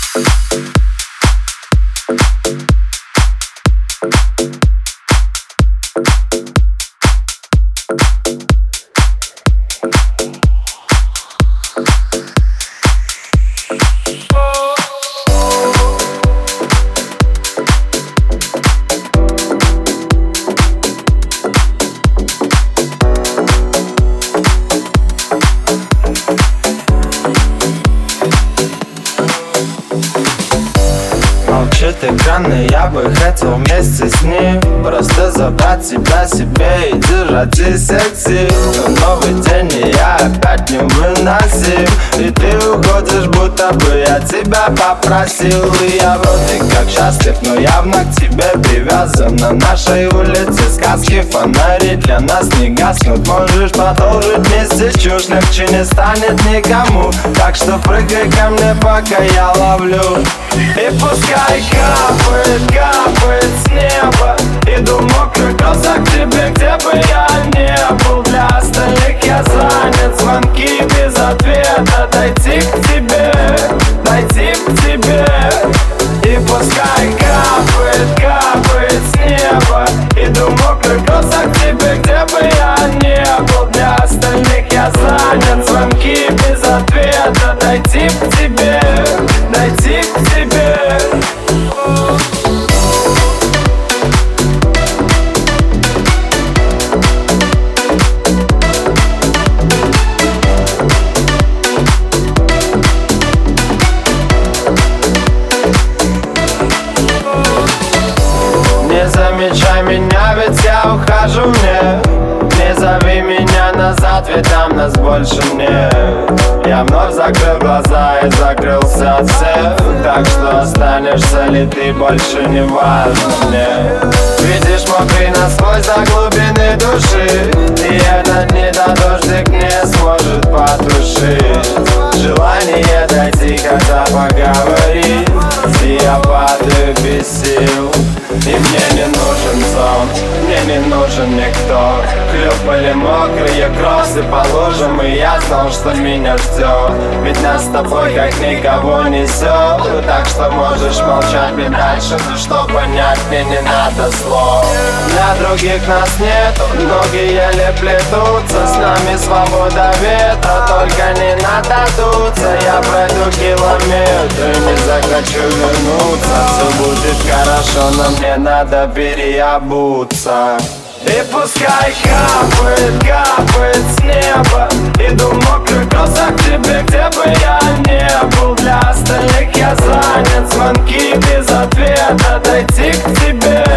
Молчит экран, и я бы хотел вместе с ним просто забрать тебя себе и держать из всех сил. Но новый день, и я опять невыносим, и ты уходишь, будто бы я тебя попросил. И я вроде как счастлив, но явно к тебе привязан. На нашей улице сказки, фонари для нас не гаснут. Можешь продолжить вместе чушь, легче не станет никому. Так что прыгай ко мне, пока я ловлю. И пускай капает, капает с неба. Иду мокрый просто к тебе, где бы я не был. Для остальных я занят, звонки без ответа. Дойти к тебе, дойти к тебе. И пускай капает, капает с неба. Иду мокрый просто к тебе, где бы я не был. Для остальных я занят, звонки без ответа. Дойти к тебе, дойти к тебе. Не замечай меня, ведь я ухожу, не зови меня назад, ведь там нас больше нет. Я вновь закрыл глаза и закрылся от всех. Так что останешься ли ты, больше не важно мне. Видишь, мокрый насквозь до глубины души, и этот недодождик не сможет потушить желание дойти, когда поговорить. И я падаю без сил, и мне не нужен сон, мне не нужен никто. Хлюпали мокрые кроссы по лужам, и я знал, что меня ждет. Ведь нас с тобой как никого несет. Так что можешь молчать мне дальше, но что понять мне не надо слов. Для других нас нету, ноги еле плетутся. С нами свобода ветра, только не надо дуться. Я пройду километры, не захочу вернуться. Все будет хорошо, но мне надо переобуться. И пускай капает, капает с неба. Иду мокрый просто к тебе, где бы я не был. Для остальных я занят, звонки без ответа. Дойти к тебе,